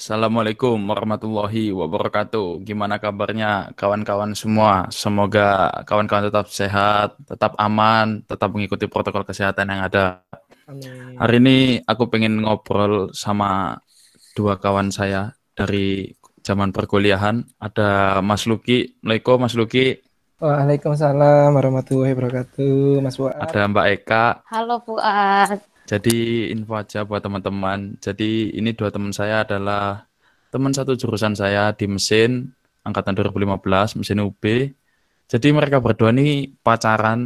Assalamualaikum warahmatullahi wabarakatuh. Gimana kabarnya kawan-kawan semua? Semoga kawan-kawan tetap sehat, tetap aman, tetap mengikuti protokol kesehatan yang ada. Hari Amin. ini aku pengen ngobrol sama dua kawan saya dari zaman perkuliahan. Ada Mas Luki. Assalamualaikum Mas Luki. Waalaikumsalam warahmatullahi wabarakatuh, Mas Fuad. Ada Mbak Eka. Halo Fuad. Jadi info aja buat teman-teman. Jadi ini dua teman saya adalah teman satu jurusan saya di mesin angkatan 2015, mesin UB. Jadi mereka berdua ini pacaran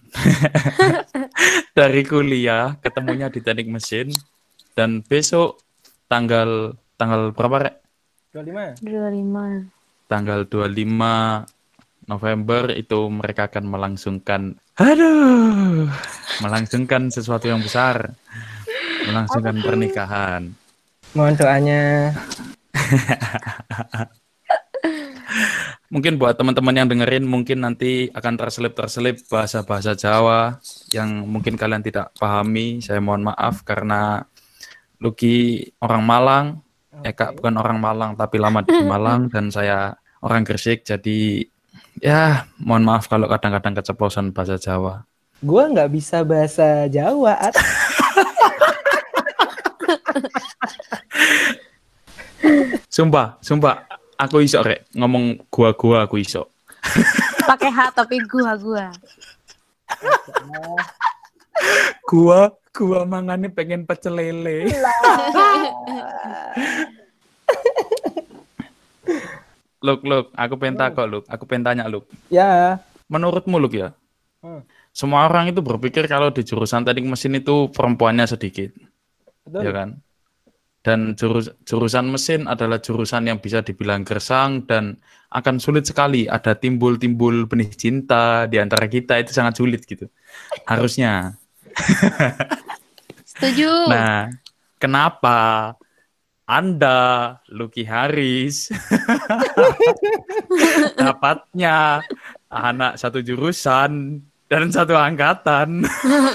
dari kuliah, ketemunya di teknik mesin dan besok tanggal tanggal berapa, Rek? 25. 25. Tanggal 25 November itu mereka akan melangsungkan sesuatu yang besar, Apa melangsungkan tuh? pernikahan. Mohon doanya. Mungkin buat teman-teman yang dengerin mungkin nanti akan terselip-terselip bahasa-bahasa Jawa yang mungkin kalian tidak pahami. Saya mohon maaf karena Lucky orang Malang, Eka Oke. bukan orang Malang tapi lama di Malang dan saya orang Gresik. Jadi ya mohon maaf kalau kadang-kadang keceplosan bahasa Jawa. Gua nggak bisa bahasa Jawa, At. Sumpah, sumpah aku iso rek ngomong gua aku iso. Pakai H tapi gua. Gua mangane pengen pecel lele. Luk, aku pengen Hmm. takut, Luk. Aku pengen tanya, Luk. Ya. Menurutmu, Luk ya, Hmm. semua orang itu berpikir kalau di jurusan teknik mesin itu perempuannya sedikit, ya Betul. kan? Dan jurusan mesin adalah jurusan yang bisa dibilang gersang dan akan sulit sekali ada timbul-timbul benih cinta di antara kita, itu sangat sulit gitu. Harusnya. Setuju. Nah, kenapa Anda, Lucky Haris, dapatnya anak satu jurusan dan satu angkatan?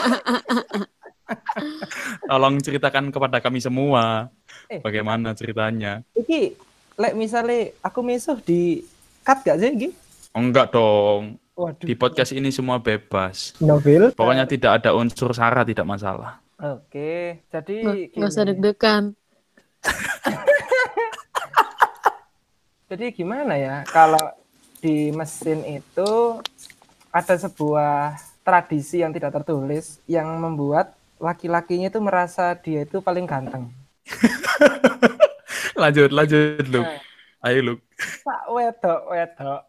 Tolong ceritakan kepada kami semua Eh, bagaimana ceritanya. iki lek misale aku mesuh di cut gak sih iki? Oh, enggak dong. Waduh. Di podcast ini semua bebas. Novel. Pokoknya tidak ada unsur sara, tidak masalah. Oke, jadi Nggak usah gini. deg-degan. Jadi gimana ya? Kalau di mesin itu ada sebuah tradisi yang tidak tertulis yang membuat laki-lakinya itu merasa dia itu paling ganteng. Lanjut, Luke. Nah, Ayo, Luke. sak wedok,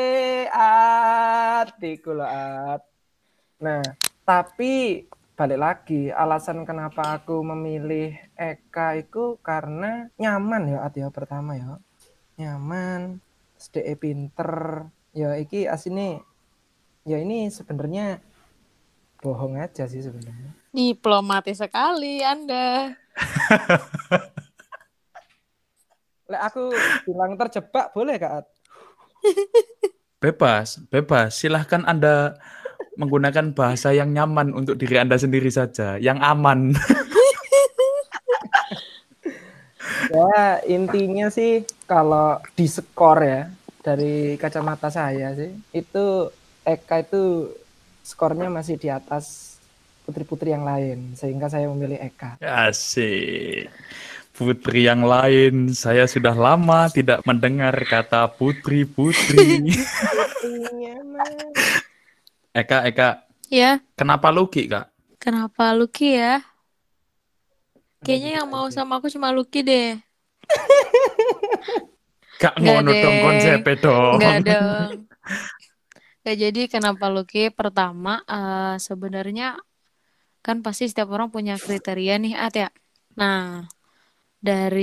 atiku loh, At. Nah, tapi balik lagi, alasan kenapa aku memilih Eka itu karena nyaman ya, At ya, pertama ya. Nyaman, SDE pinter, ya iki asine, ya ini sebenarnya bohong aja sih sebenarnya. Diplomatis sekali Anda. Lek aku bilang terjebak boleh Kak At? Bebas, bebas. Silahkan Anda menggunakan bahasa yang nyaman untuk diri Anda sendiri saja, yang aman. Ya intinya sih kalau di skor ya dari kacamata saya sih itu Eka itu skornya masih di atas putri-putri yang lain sehingga saya memilih Eka. Asik. Putri yang lain, saya sudah lama tidak mendengar kata putri-putri. Putrinya mah. Eka, Ya, kenapa Lucky, Kak? kenapa Lucky ya? Ada Kayaknya yang mau juga. sama aku cuma Lucky deh. Kak Nggak ngono dong deh. konsepnya dong. Nggak dong. Nggak jadi kenapa Lucky? Pertama, sebenarnya kan pasti setiap orang punya kriteria nih, At ya. Nah, dari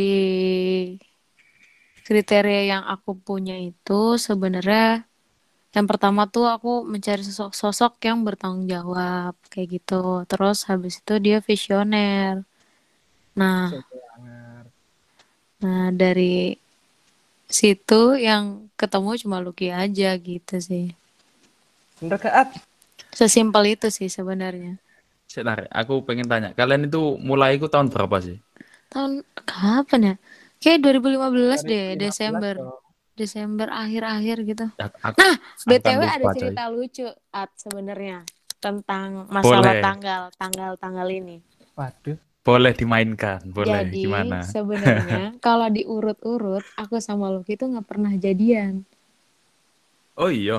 kriteria yang aku punya itu sebenarnya yang pertama tuh aku mencari sosok yang bertanggung jawab kayak gitu. Terus habis itu dia visioner. Nah, Sesuai banget. dari situ yang ketemu cuma Lucky aja gitu sih. Bener Kak At? Sesimpel itu sih sebenarnya. Sebentar, aku pengen tanya, kalian itu mulai itu tahun berapa sih? Tahun kapan ya? Kayak 2015 deh, 2015 dong. Desember akhir-akhir gitu. Ya, Nah, aku kan BTW ada lupa, coy. cerita lucu sebenarnya tentang masalah Boleh, tanggal ini. Waduh. boleh dimainkan, boleh. Jadi Gimana? sebenarnya kalau diurut-urut aku sama Lucky tuh nggak pernah jadian. Oh iya,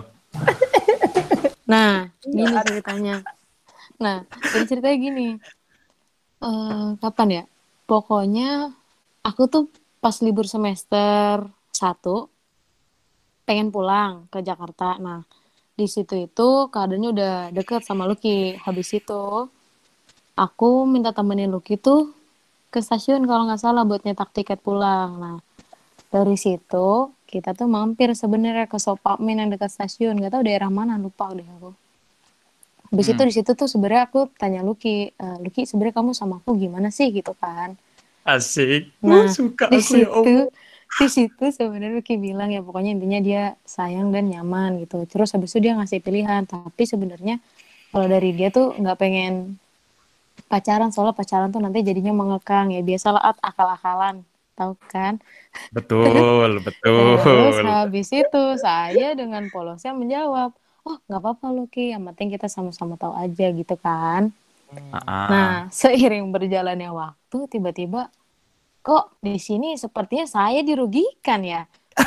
Nah, Iya, gini ceritanya. Nah, jadi ceritanya gini. Kapan ya? Pokoknya aku tuh pas libur semester 1 pengen pulang ke Jakarta. Nah, di situ itu keadaannya udah deket sama Lucky. Habis itu aku minta temenin Lucky tuh ke stasiun kalau nggak salah buat nyetak tiket pulang. Nah, dari situ kita tuh mampir sebenarnya ke Sopakmin yang dekat stasiun. Gak tahu daerah mana, lupa deh aku. Habis itu di situ tuh sebenarnya aku tanya Lucky, Lucky sebenarnya kamu sama aku gimana sih gitu kan. asik. Nah, Suka di aku ya Allah. situ sebenarnya Lucky bilang ya pokoknya intinya dia sayang dan nyaman gitu. Terus habis itu dia ngasih pilihan, tapi sebenarnya kalau dari dia tuh nggak pengen pacaran, soalnya pacaran tuh nanti jadinya mengekang ya, biasalah akal-akalan, tahu kan. Betul, Terus betul. habis itu saya dengan polosnya menjawab, oh nggak apa-apa Lucky, yang penting kita sama-sama tahu aja gitu kan. Ah, Nah, seiring berjalannya waktu tiba-tiba kok di sini sepertinya saya dirugikan ya.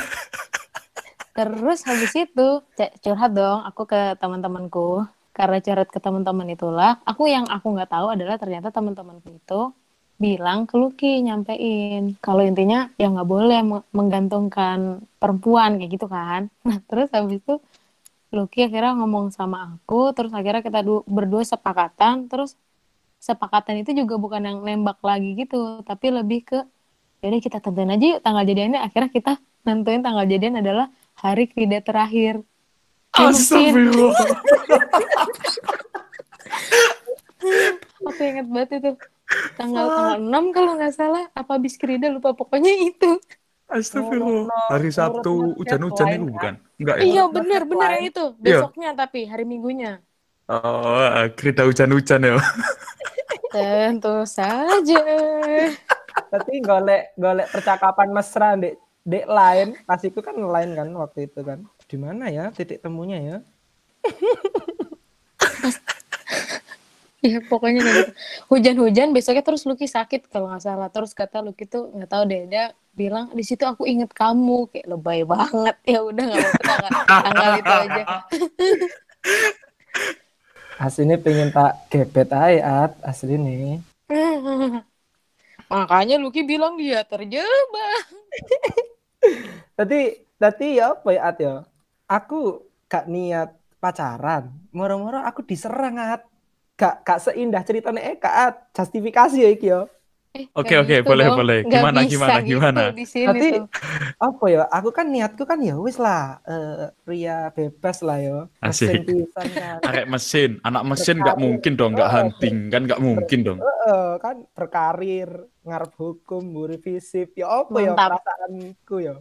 Terus habis itu curhat dong aku ke teman-temanku. Karena curhat ke teman-teman itulah, aku nggak tahu adalah ternyata teman-temanku itu bilang ke Lucky, nyampein kalau intinya ya nggak boleh menggantungkan perempuan kayak gitu kan. Nah terus habis itu Lucky akhirnya ngomong sama aku, terus akhirnya kita berdua sepakatan, terus sepakatan itu juga bukan yang nembak lagi gitu, tapi lebih ke jadi kita tentuin aja yuk tanggal jadiannya. Akhirnya kita nentuin tanggal jadian adalah hari krida terakhir. Nemusin. astagfirullah. Aku inget banget itu. Tanggal 6 kalau nggak salah. Apa habis krida lupa. Pokoknya itu. Astagfirullah. Ngurut-no, Hari Sabtu ngurut-no hujan-hujan itu deadline kan? bukan? Enggak ya? Iya Ngurut-no benar yang deadline. itu. Iya. Besoknya tapi hari Minggunya. Oh, kereta hujan-hujan ya. Tentu saja. Tapi golek percakapan mesra dek lain, pasiku kan lain kan waktu itu kan. Di mana ya titik temunya ya? Ya pokoknya kayak gitu. Hujan-hujan besoknya terus Lucky sakit kalau nggak salah. Terus kata Lucky tuh nggak tahu deh, dia bilang di situ aku inget kamu, kayak lebay banget. Ya udah nggak apa-apa tanggal itu aja. Aslinya pengen tak gebet aja asli nih. Makanya Lucky bilang dia terjebak. Tadi ya apa ya At ya? Aku gak niat pacaran, moro-moro aku diserang At. Gak seindah ceritanya Eka At. Justifikasi ya iki ya. Oke, Nggak oke, gitu boleh, dong. boleh. Nggak Gimana, bisa gimana, gitu gimana? di sini Berarti tuh. apa ya? Aku kan niatku kan ya wis lah, pria bebas lah ya. Mesin Asik. pisan kan. Arek mesin, anak mesin nggak Berkarir, mungkin dong, nggak oh, hunting kan nggak mungkin dong. kan berkarir, ngarep hukum, mburi fisip. Ya apa ya Mantap. perasaanku ya.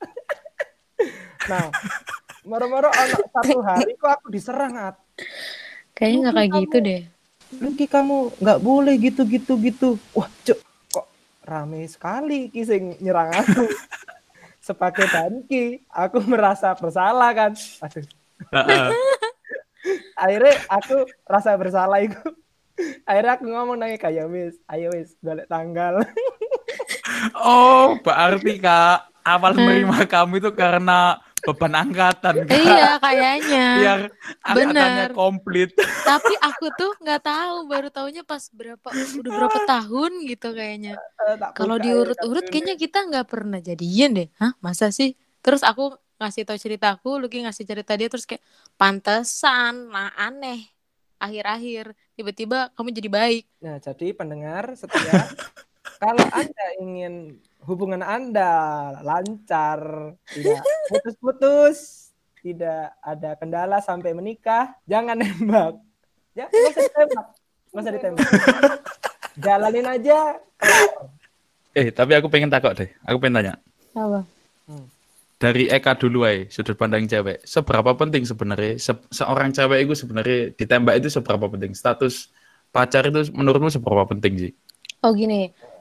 Nah, moro-moro ono satu hari kok aku diserang At. Kayaknya nggak kayak gitu deh. Lucky kamu nggak boleh gitu. Wah, cuk, kok rame sekali ki sing nyerang aku. Sebagai Danki, aku merasa bersalah kan. Aduh, Heeh. akhirnya aku rasa bersalah itu. Akhirnya aku ngomong nanya kayak ayo wis, balik tanggal. Oh, berarti Kak, awal menerima kamu itu karena beban angkatan, Kak. Iya kayaknya. Biar angkatannya Bener. komplit. Tapi aku tuh nggak tahu, baru taunya pas udah berapa tahun gitu kayaknya. Tak Kalau buka ya diurut-urut kayaknya kita nggak pernah jadian deh. Hah, masa sih? Terus aku ngasih tahu ceritaku, Lucky ngasih cerita dia, terus kayak pantesan, nah aneh. Akhir-akhir tiba-tiba kamu jadi baik. Nah, jadi pendengar setia, kalau Anda ingin hubungan Anda lancar, tidak putus-putus, tidak ada kendala sampai menikah, jangan nembak. Ya, nggak usah ditembak. Nggak usah ditembak. Jalanin aja, kelar. Tapi aku pengen takut deh. Aku pengen tanya. Apa? Dari Eka dulu sudut pandang cewek. Seberapa penting sebenarnya seorang cewek itu sebenarnya ditembak itu seberapa penting? Status pacar itu menurutmu seberapa penting sih? Oh gini,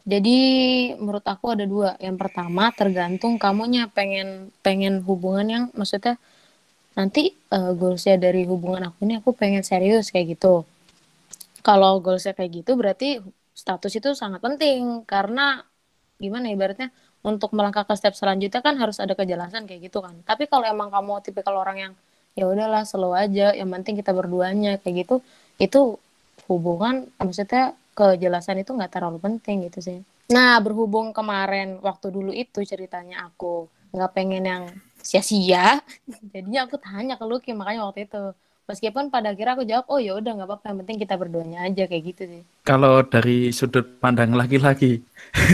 Jadi menurut aku ada dua. Yang pertama tergantung kamunya pengen hubungan yang maksudnya nanti goalsnya dari hubungan aku ini aku pengen serius kayak gitu. Kalau goalsnya kayak gitu berarti status itu sangat penting karena gimana ya, ibaratnya untuk melangkah ke step selanjutnya kan harus ada kejelasan kayak gitu kan. Tapi kalau emang kamu tipikal orang yang ya udahlah slow aja, yang penting kita berduanya kayak gitu, itu hubungan maksudnya kejelasan itu nggak terlalu penting gitu sih. Nah, berhubung kemarin waktu dulu itu ceritanya aku nggak pengen yang sia-sia, jadinya aku tanya ke Lucky makanya waktu itu. Meskipun pada akhirnya aku jawab, oh ya udah nggak apa-apa, yang penting kita berduanya aja kayak gitu sih. Kalau dari sudut pandang laki-laki,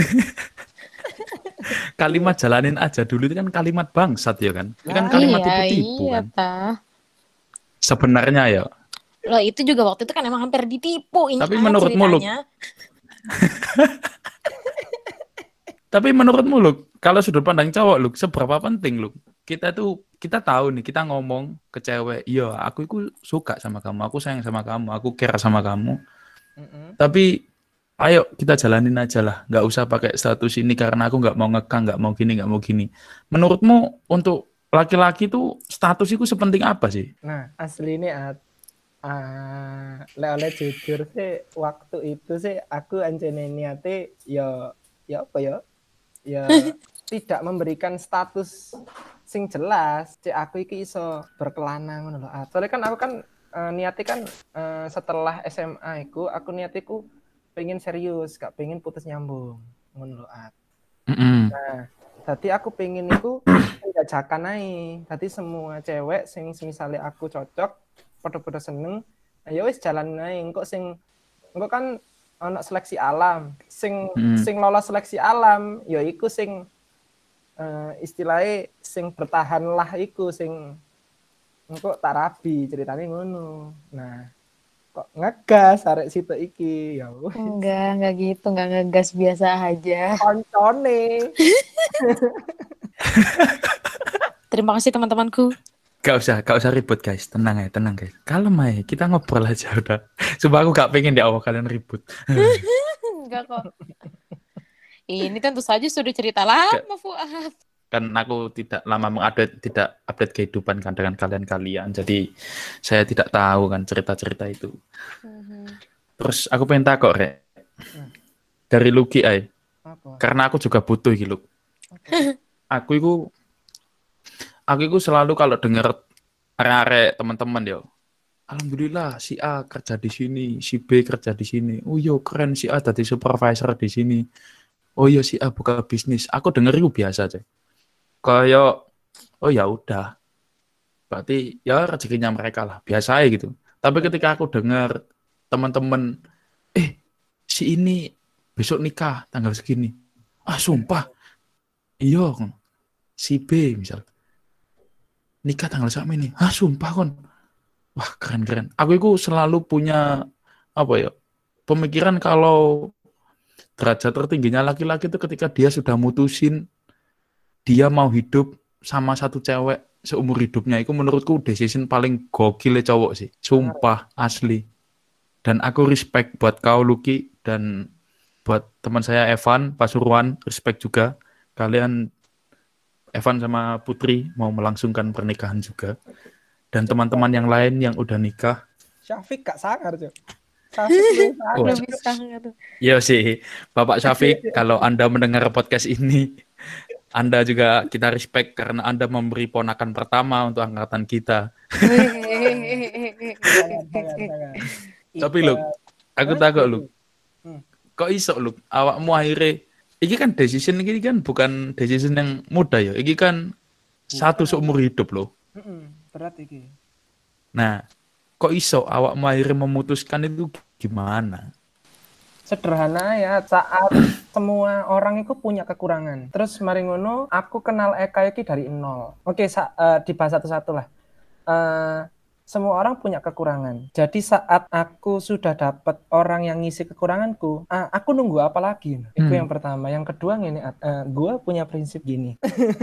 kalimat jalanin aja dulu itu kan kalimat bangsat ya kan? Itu kan Lah, kalimat Iya, tipu-tipu iya kan? ta. Sebenarnya ya. Lah itu juga waktu itu kan emang hampir ditipu ini Tapi menurutmu Luk, ceritanya. kalau sudut pandang cowok Luk, seberapa penting Luk? Kita tahu nih, kita ngomong ke cewek, iya aku itu suka sama kamu, aku sayang sama kamu, aku care sama kamu. mm-mm. Tapi ayo kita jalanin aja lah, nggak usah pakai status ini karena aku nggak mau ngekang, nggak mau gini, nggak mau gini. Menurutmu untuk laki-laki tuh status itu sepenting apa sih? Nah, asli ini oleh jujur sih waktu itu sih aku anjene niate ya apa ya? Ya tidak memberikan status sing jelas. Cek aku iki iso berkelana ngono lho. Soalnya kan aku kan niate kan setelah SMA aku niatiku pengen serius, gak pengen putus nyambung ngono lho. Mm-mm. Nah, tadi aku pengen iku penjajakan ae. Tadi semua cewek sing misalnya aku cocok, padha-padha seneng, ya wis jalan ae. Engko kan ana seleksi alam. Mm-mm. Sing lolos seleksi alam ya iku sing istilahnya sing bertahan lah iku sing engko tak rabi ceritanya ngono. Nah, kok ngegas arek situ iki ya wis. Enggak gitu, enggak ngegas biasa aja. Koncone. Terima kasih teman-temanku. Gak usah ribut guys, tenang guys. Kalem aja, kita ngobrol aja udah. Coba aku gak pengen di awal kalian ribut. Enggak kok. Ini tentu saja sudah cerita lama, Fuad. Kan aku tidak lama tidak update kehidupan kan dengan kalian. Jadi saya tidak tahu kan cerita-cerita itu. Terus aku pengen takut Rek. Dari Lucky ay. Apa? Karena aku juga butuh gitu. Aku itu selalu kalau dengar arek-arek teman-teman yo. Alhamdulillah si A kerja di sini, si B kerja di sini. Oh yo keren si A jadi supervisor di sini. Oh iya si A buka bisnis. Aku denger itu biasa aja. Kayak oh ya udah. Berarti ya rezekinya mereka lah, biasa aja gitu. Tapi ketika aku dengar teman-teman si ini besok nikah tanggal segini. Ah sumpah. Iya si B misal nikah tanggal sama ini. Ah sumpah kon. Wah keren. Aku itu selalu punya apa ya? Pemikiran kalau derajat tertingginya laki-laki itu ketika dia sudah mutusin dia mau hidup sama satu cewek seumur hidupnya, itu menurutku decision paling gokil cowok sih. Sumpah asli. Dan aku respect buat kau Lucky dan buat teman saya Evan, Pasuruan, respect juga. Kalian Evan sama Putri mau melangsungkan pernikahan juga. Dan teman-teman yang lain yang udah nikah. Syafiq gak sangar, Cuk. Syafiq Oh, Lebih sangat. iya sih, Bapak Syafiq, kalau Anda mendengar podcast ini, Anda juga kita respect karena Anda memberi ponakan pertama untuk angkatan kita. sangar. Tapi lu, aku takut lu, kok iso lu, awakmu akhirnya, ini kan decision ini kan bukan decision yang mudah ya, ini kan satu seumur hidup loh. Berat iki. Nah, kok iso awakmu akhirnya memutuskan itu gimana? Sederhana ya, saat semua orang itu punya kekurangan. Terus mari ngono, aku kenal Eka iki dari nol. Oke, dibahas satu-satu lah. Semua orang punya kekurangan. Jadi saat aku sudah dapat orang yang ngisi kekuranganku, aku nunggu apa lagi? Itu yang pertama. Yang kedua gini, gue punya prinsip gini.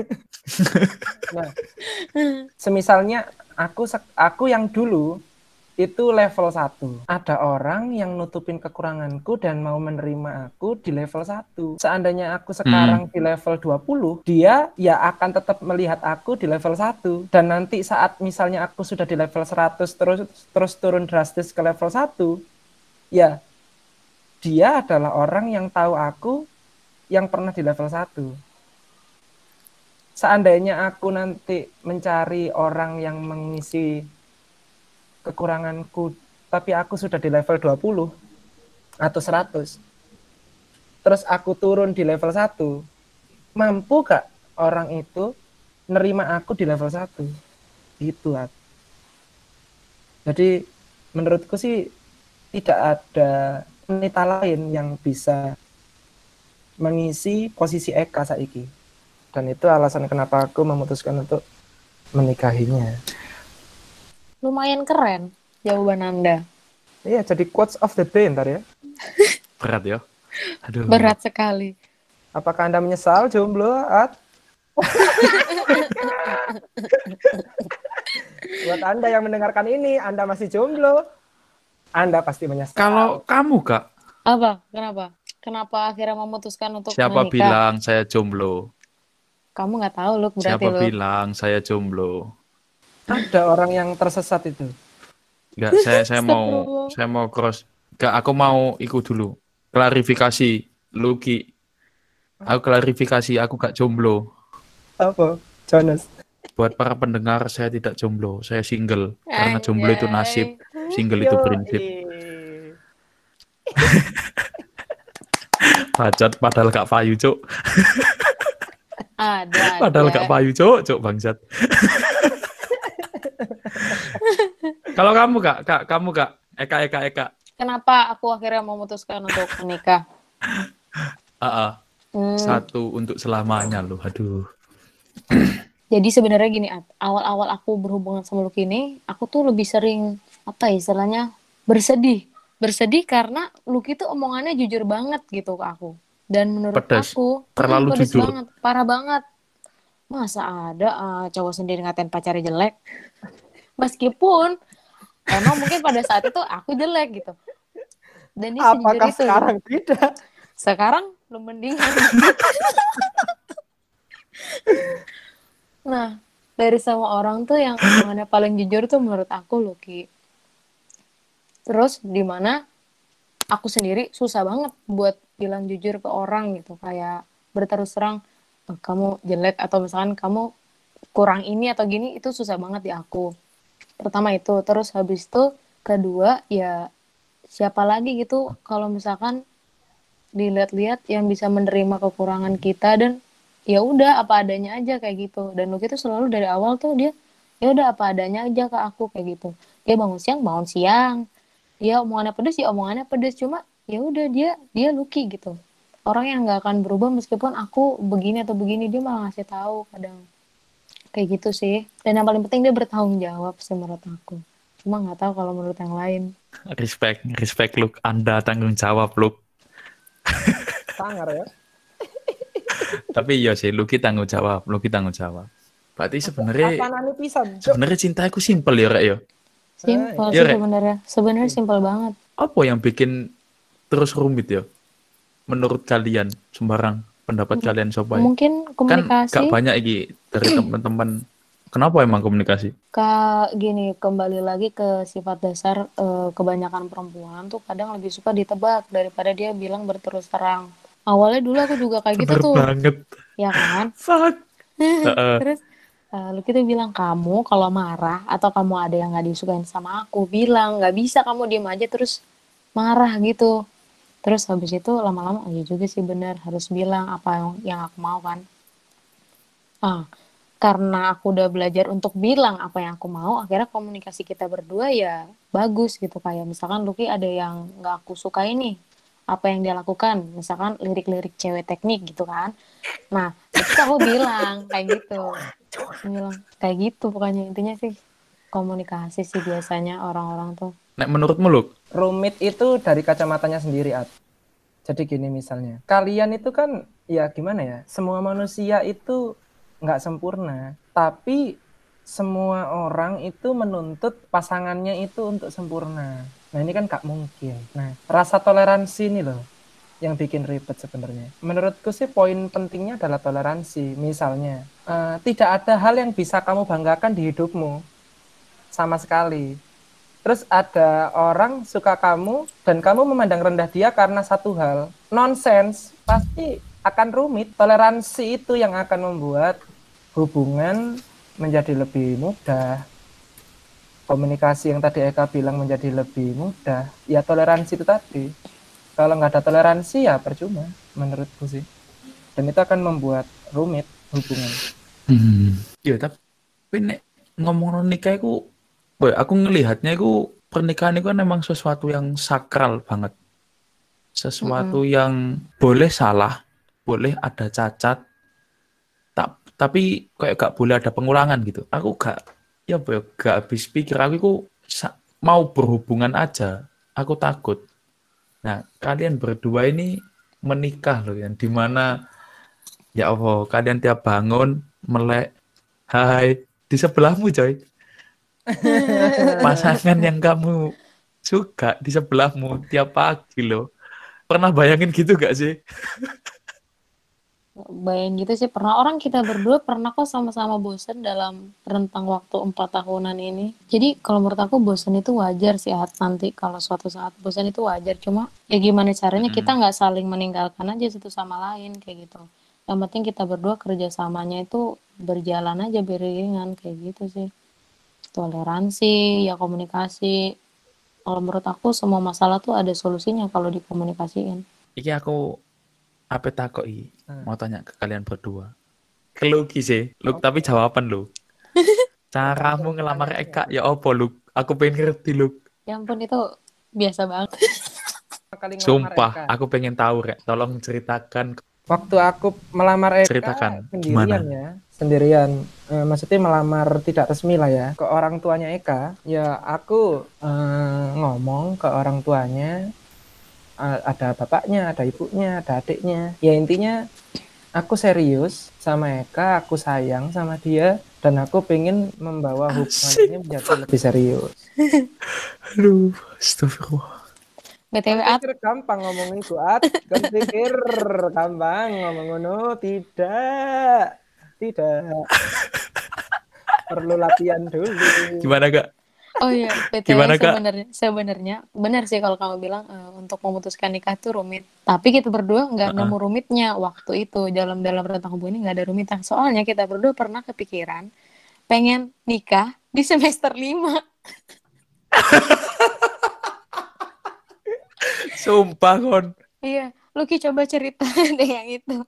Nah, semisalnya aku yang dulu itu level 1. Ada orang yang nutupin kekuranganku dan mau menerima aku di level 1. Seandainya aku sekarang di level 20, dia ya akan tetap melihat aku di level 1. Dan nanti saat misalnya aku sudah di level 100 terus turun drastis ke level 1, ya dia adalah orang yang tahu aku yang pernah di level 1. Seandainya aku nanti mencari orang yang mengisi kekuranganku tapi aku sudah di level 20 atau 100, terus aku turun di level 1, mampu gak orang itu nerima aku di level 1? Gitu. Jadi menurutku sih tidak ada wanita lain yang bisa mengisi posisi Eka saiki. Dan itu alasan kenapa aku memutuskan untuk menikahinya. Lumayan keren jawaban Anda. Iya, jadi quotes of the day ntar ya. Berat ya. Aduh. Berat sekali. Apakah Anda menyesal jomblo, At? Buat Anda yang mendengarkan ini, Anda masih jomblo, Anda pasti menyesal. Kalau kamu Kak, Apa? Kenapa? Kenapa akhirnya memutuskan untuk siapa menikah? bilang saya jomblo? Kamu nggak tahu lu berarti Siapa lu. bilang saya jomblo? Ada orang yang tersesat itu. Enggak, saya mau cross. Enggak, aku mau ikut dulu. Klarifikasi, Lucky. Aku klarifikasi, aku gak jomblo. Apa? Jonas. Buat para pendengar, saya tidak jomblo, saya single. Karena jomblo itu nasib, single itu prinsip. Bacot, padahal gak payu, Cuk. Ada. Padahal gak payu, Cuk, bangsat. Kalau kamu Kak, Eka. Kenapa aku akhirnya memutuskan untuk menikah? Satu untuk selamanya loh, aduh. Jadi sebenarnya gini, awal-awal aku berhubungan sama Lucky ini, aku tuh lebih sering apa ya istilahnya bersedih karena Lucky tuh omongannya jujur banget gitu ke aku. Dan menurut Pedas. aku Terlalu pedes jujur. banget, parah banget. Masa ada cowok sendiri ngatain pacarnya jelek? Meskipun emang mungkin pada saat itu aku jelek gitu. Dan dia sejujur Apakah itu. sekarang tidak? Sekarang lu mendingan. Nah, dari semua orang tuh yang omongannya paling jujur tuh menurut aku Lucky. Terus dimana aku sendiri susah banget buat bilang jujur ke orang gitu. Kayak berterus terang, kamu jelek atau misalkan kamu kurang ini atau gini, itu susah banget di aku. Pertama itu. Terus habis itu kedua ya siapa lagi gitu kalau misalkan dilihat-lihat yang bisa menerima kekurangan kita dan ya udah apa adanya aja kayak gitu. Dan Lucky tuh selalu dari awal tuh dia ya udah apa adanya aja ke aku kayak gitu. Dia bangun siang, dia omongannya pedes ya omongannya pedes, cuma ya udah dia Lucky gitu. Orang yang nggak akan berubah meskipun aku begini atau begini, dia malah ngasih tahu kadang kayak gitu sih. Dan yang paling penting dia bertanggung jawab sih menurut aku. Cuma nggak tahu kalau menurut yang lain. Respect Luke. Anda tanggung jawab, Luke. Sangar ya. Tapi iya sih, Lucky tanggung jawab. Berarti sebenarnya cintaku simpel ya, Rek ya. Simpel Iya, sih Rek. sebenarnya simpel banget. Apa yang bikin terus rumit ya? Menurut kalian, sembarang pendapat kalian sobat. Mungkin Kan komunikasi. gak banyak iki dari teman-teman. Kenapa emang komunikasi? Gini, kembali lagi ke sifat dasar kebanyakan perempuan tuh kadang lebih suka ditebak daripada dia bilang berterus terang. Awalnya dulu aku juga kayak gitu Bener tuh. banget. Ya kan? Fuck. Terus Lucky tuh bilang, kamu kalau marah atau kamu ada yang gak disukain sama aku, bilang, gak bisa kamu diem aja terus marah gitu. Terus habis itu lama-lama, ya juga sih bener, harus bilang apa yang aku mau kan. Karena aku udah belajar untuk bilang apa yang aku mau, akhirnya komunikasi kita berdua ya bagus gitu. Kayak misalkan Lucky ada yang gak aku suka ini, apa yang dia lakukan, misalkan lirik-lirik cewek teknik gitu kan. Nah, itu aku bilang kayak gitu. Bilang kayak gitu pokoknya, intinya sih komunikasi sih biasanya orang-orang tuh. Nek menurutmu, Luke? Rumit itu dari kacamatanya sendiri, At. Jadi gini misalnya, kalian itu kan ya gimana ya, semua manusia itu nggak sempurna, tapi semua orang itu menuntut pasangannya itu untuk sempurna. Nah ini kan gak mungkin. Nah rasa toleransi ini loh yang bikin ribet sebenarnya. Menurutku sih poin pentingnya adalah toleransi. Misalnya tidak ada hal yang bisa kamu banggakan di hidupmu sama sekali. Terus ada orang suka kamu dan kamu memandang rendah dia karena satu hal. Nonsense, pasti akan rumit. Toleransi itu yang akan membuat hubungan menjadi lebih mudah. Komunikasi yang tadi Eka bilang menjadi lebih mudah. Ya toleransi itu tadi. Kalau nggak ada toleransi ya percuma menurutku sih. Dan itu akan membuat rumit hubungan. Ya tapi nek ngomong nikah itu, boy, aku ngelihatnya itu pernikahan itu kan memang sesuatu yang sakral banget. Sesuatu yang boleh salah, boleh ada cacat, tapi kayak gak boleh ada pengulangan gitu. Aku gak habis pikir. Aku itu mau berhubungan aja, aku takut. Nah, kalian berdua ini menikah loh, yang dimana ya Allah, kalian tiap bangun melek, hai, di sebelahmu coy. Pasangan yang kamu suka di sebelahmu tiap pagi loh. Pernah bayangin gitu gak sih? Bayangin gitu sih, pernah. Orang kita berdua pernah kok sama-sama bosen dalam rentang waktu 4 tahunan ini. Jadi kalau menurut aku bosen itu wajar sih, nanti kalau suatu saat bosen itu wajar. Cuma ya gimana caranya kita nggak saling meninggalkan aja satu sama lain kayak gitu. Yang penting kita berdua kerjasamanya itu berjalan aja beriringan kayak gitu sih. Toleransi, ya komunikasi. Kalau menurut aku semua masalah tuh ada solusinya kalau dikomunikasiin. Iki aku apa takoki mau tanya ke kalian berdua. Keluki sih, Luk, tapi jawaban lu. Caramu ngelamar Eka ya opo, Luk? Aku pengen ngerti, Luk. Ya ampun, itu biasa banget. Kali ngelamar Sumpah, Eka. aku pengen tahu, Rek. Tolong ceritakan. Waktu aku melamar Eka Ceritakan, sendirian gimana? ya, sendirian. Maksudnya melamar tidak resmi lah ya. Ke orang tuanya Eka, ya aku ngomong ke orang tuanya, ada bapaknya, ada ibunya, ada adiknya. Ya intinya aku serius sama Eka, aku sayang sama dia, dan aku pengen membawa hubungan ini menjadi lebih serius. Aduh, astagfirullah. BTW Kan pikir gampang ngomong itu, kan pikir gampang ngomong ngono, tidak perlu latihan dulu. Gimana, Kak? Oh iya, BTW Gimana, Kak? sebenarnya benar sih kalau kamu bilang untuk memutuskan nikah itu rumit. Tapi kita berdua nggak nemu rumitnya waktu itu, dalam rentang hubungan ini nggak ada rumitnya. Soalnya kita berdua pernah kepikiran pengen nikah di semester 5. Sumpah, Kon. Iya, Lucky coba cerita deh yang itu.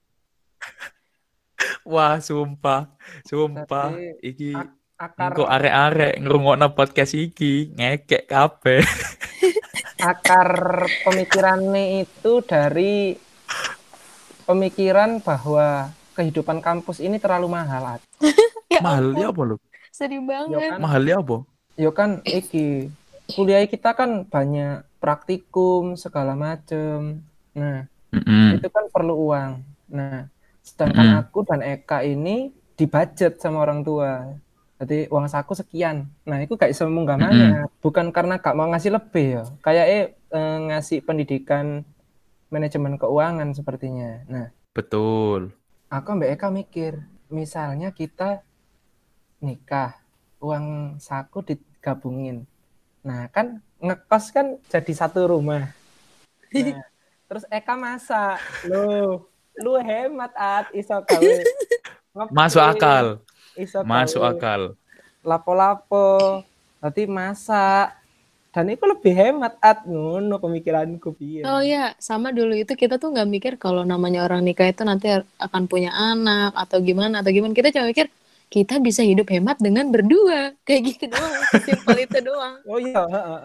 Wah, sumpah. Jadi Iki akar engko arek-arek ngrungokno podcast iki ngekek kabeh. akar pemikirannya itu dari pemikiran bahwa kehidupan kampus ini terlalu mahal. Ya Mahal ya ampun, apa, Luk? sedih Yo banget. kan, Mahal ya apa? iki kuliah kita kan banyak praktikum segala macem. Nah, itu kan perlu uang. Nah, sedangkan aku dan Eka ini dibudget sama orang tua. Jadi uang saku sekian. Nah, itu gak bisa munggah mana. Bukan karena gak mau ngasih lebih ya. Kayak ngasih pendidikan manajemen keuangan sepertinya. Nah, Betul. aku Mbak Eka mikir, misalnya kita nikah, uang saku digabungin. Nah, kan ngekos kan jadi satu rumah. Nah, terus Eka masak. Lu hemat iso gawe Masuk akal. iso Masuk gawe akal. lapo-lapo. Nanti masak. Dan itu lebih hemat ngono pemikiranku piye. Oh iya, sama dulu itu kita tuh nggak mikir kalau namanya orang nikah itu nanti akan punya anak atau gimana. Kita cuma mikir kita bisa hidup hemat dengan berdua, kayak gitu doang, simpel itu doang. Oh iya,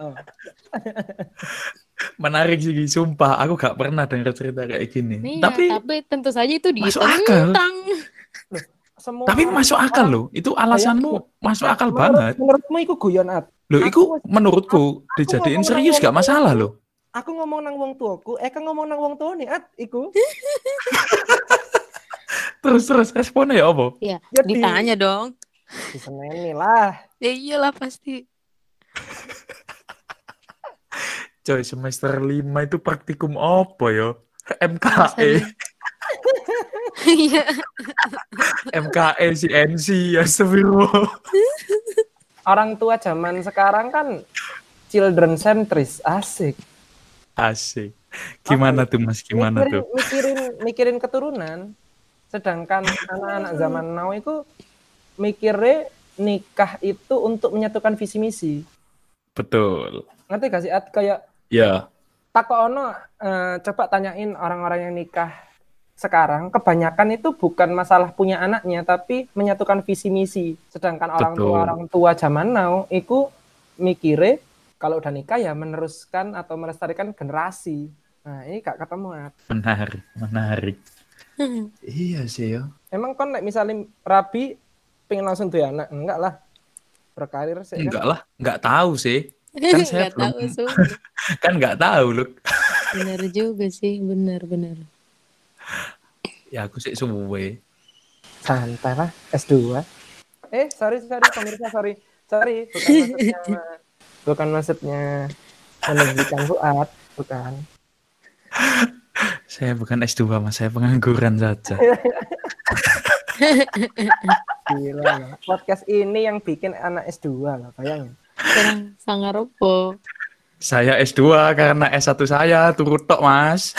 Menarik sih, sumpah. Aku gak pernah dengar cerita kayak gini. Iya, tapi tentu saja itu masuk akal. Semua tapi masuk akal loh. Itu alasanmu masuk akal banget. Menurutmu itu guyon Loh, itu menurutku dijadiin serius gak masalah loh. Aku ngomong nang wong tuaku, Eka ngomong nang wong tuane iku. terus responnya ya apa? Ya, ditanya dong. Diseneni lah. Ya iyalah pasti. Coy, semester 5 itu praktikum apa ya? Semester MKE, 5. Iya. MKE CNC, astagfirullah. Orang tua zaman sekarang kan children centris, asik. Asik. Gimana tuh Mas? Gimana tuh? Mikirin keturunan. Sedangkan anak-anak zaman now itu mikirnya nikah itu untuk menyatukan visi misi. Betul. Ngerti gak sih? Kayak Ya, takono coba tanyain orang-orang yang nikah sekarang, kebanyakan itu bukan masalah punya anaknya, tapi menyatukan visi misi. Sedangkan orang tua zaman now itu mikirnya kalau udah nikah ya meneruskan atau melestarikan generasi. Nah, ini gak ketemu. menarik. Iya sih ya. Emang kan misalnya Rabi pengen langsung tuh anak? Enggak lah. Berkarir sih kan. Enggak lah, enggak tahu sih. Kan saya Nggak belum, tahu sumber. kan enggak tahu loh. Bener juga sih, bener. Ya aku sih suwe. Santai lah, S2. Sorry pemirsa, sorry. Bukan maksudnya menegurkan Fuad, bukan. Saya bukan S2 Mas, saya pengangguran saja. Gila, podcast ini yang bikin anak S2 lah, bayangin. Sekarang sangaropo. Saya S2 karena S1 saya turut tok Mas.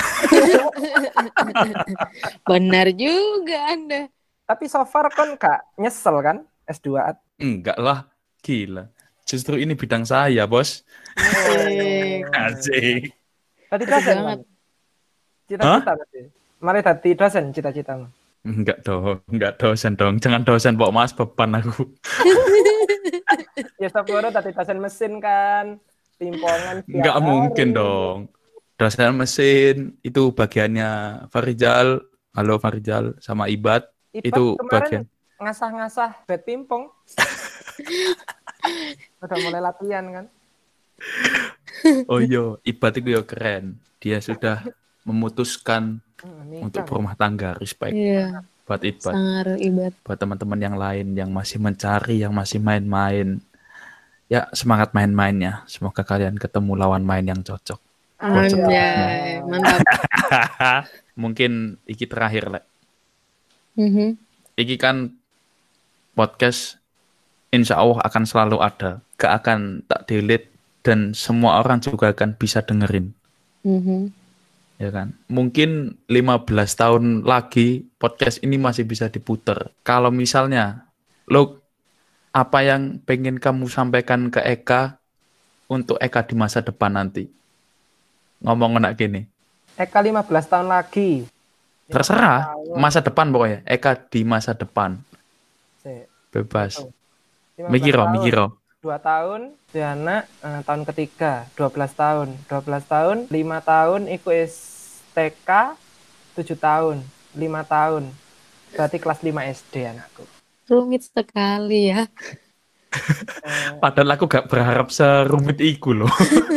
Benar juga Anda. Tapi so far kan gak nyesel kan S2? Enggak lah, gila. Justru ini bidang saya, Bos. Asik. Tadi Asik dosen banget. kan? Cita-cita berarti. Mari tadi dosen cita-citamu. Enggak dosen dong. Jangan dosen, Pok Mas, beban aku. Ya Saburo tadi dosen mesin kan. Timpongan setiap Enggak hari. mungkin dong. Dosen mesin itu bagiannya Farijal. Halo Farijal sama Ibad. Ipat Itu kemarin bagian. ngasah-ngasah bed pingpong. Udah mulai latihan kan. Oh iya, Ibad itu ya keren. Dia sudah memutuskan untuk berumah tangga. Respect Iya, buat Ibad. sangar ibat. Buat teman-teman yang lain yang masih mencari, yang masih main-main. Ya, semangat main-mainnya. Semoga kalian ketemu lawan main yang cocok. Anjay, mantap. Mungkin iki terakhir, Lek. Mhm. Iki kan podcast insya Allah akan selalu ada. Gak akan tak delete dan semua orang juga akan bisa dengerin. Mhm. Ya kan? Mungkin 15 tahun lagi podcast ini masih bisa diputer. Kalau misalnya lo apa yang pengen kamu sampaikan ke Eka untuk Eka di masa depan nanti? Ngomong enak gini. Eka 15 tahun lagi. Terserah, masa depan pokoknya. Eka di masa depan. Sik. Bebas. 15 Mikiro. 2 tahun, Diana tahun ketiga, 12 tahun. 12 tahun, 5 tahun iku TK, 7 tahun, 5 tahun. Berarti kelas 5 SD anakku. Rumit sekali ya. Padahal aku gak berharap serumit iku loh.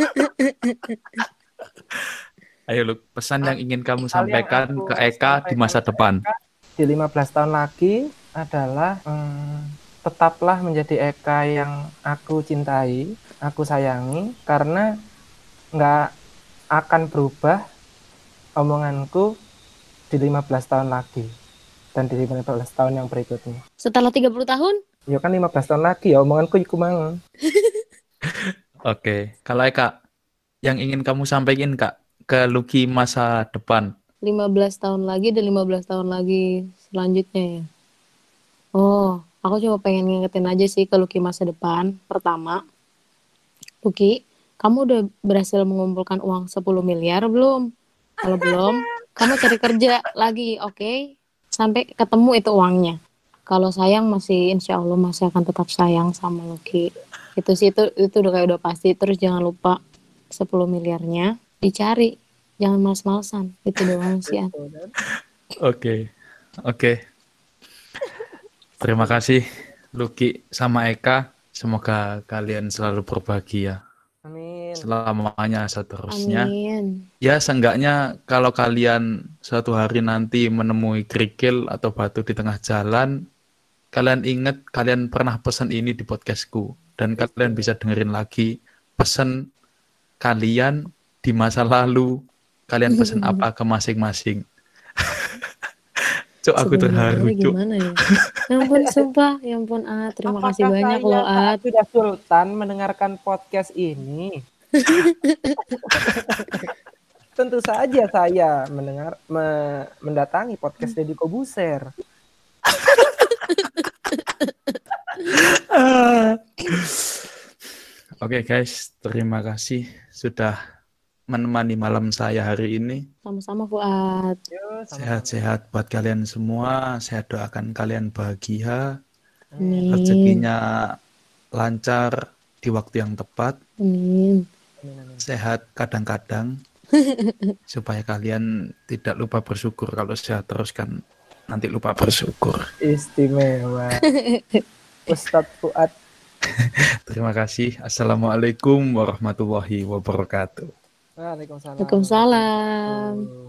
Ayo lu, pesan yang ingin kamu sampaikan ke Eka di masa depan. Di 15 tahun lagi adalah tetaplah menjadi Eka yang aku cintai, aku sayangi, karena nggak akan berubah omonganku di 15 tahun lagi dan di 15 tahun yang berikutnya. Setelah 30 tahun? Ya kan 15 tahun lagi ya omonganku iku mang. Oke, kalau Eka, yang ingin kamu sampaikan Kak ke Lucky masa depan. 15 tahun lagi dan 15 tahun lagi selanjutnya ya. Oh, aku cuma pengen ngingetin aja sih ke Lucky masa depan. Pertama, Lucky, kamu udah berhasil mengumpulkan uang 10 miliar belum? Kalau belum, kamu cari kerja lagi, oke? Sampai ketemu itu uangnya. Kalau sayang masih, insya Allah masih akan tetap sayang sama Lucky. Itu sih, itu udah kayak udah pasti. Terus jangan lupa 10 miliarnya dicari. Jangan males-malesan. Itu doang sih. Oke. Terima kasih Lucky sama Eka. Semoga kalian selalu berbahagia. Amin. Selamanya seterusnya. Amin. Ya, seenggaknya kalau kalian suatu hari nanti menemui kerikil atau batu di tengah jalan, kalian ingat kalian pernah pesan ini di podcastku dan kalian bisa dengerin lagi pesan kalian di masa lalu, kalian pesan apa ke masing-masing. Cuk, aku terharu, Sebenarnya Cuk. gimana ya? Ya ampun, sumpah. Ya ampun, terima kasih Apakah banyak saya loh, saat sudah sultan mendengarkan podcast ini? Tentu saja saya mendatangi podcast Deddy Kobuser. Oke guys, terima kasih sudah menemani malam saya hari ini. Sama-sama Fuad. Yo, sama-sama. Sehat-sehat buat kalian semua. Saya doakan kalian bahagia, Amin. rezekinya lancar di waktu yang tepat, Amin. sehat kadang-kadang, supaya kalian tidak lupa bersyukur. Kalau sehat terus kan nanti lupa bersyukur. Istimewa. Ustadz Fuad. Terima kasih. Assalamualaikum warahmatullahi wabarakatuh. Waalaikumsalam. Waalaikumsalam.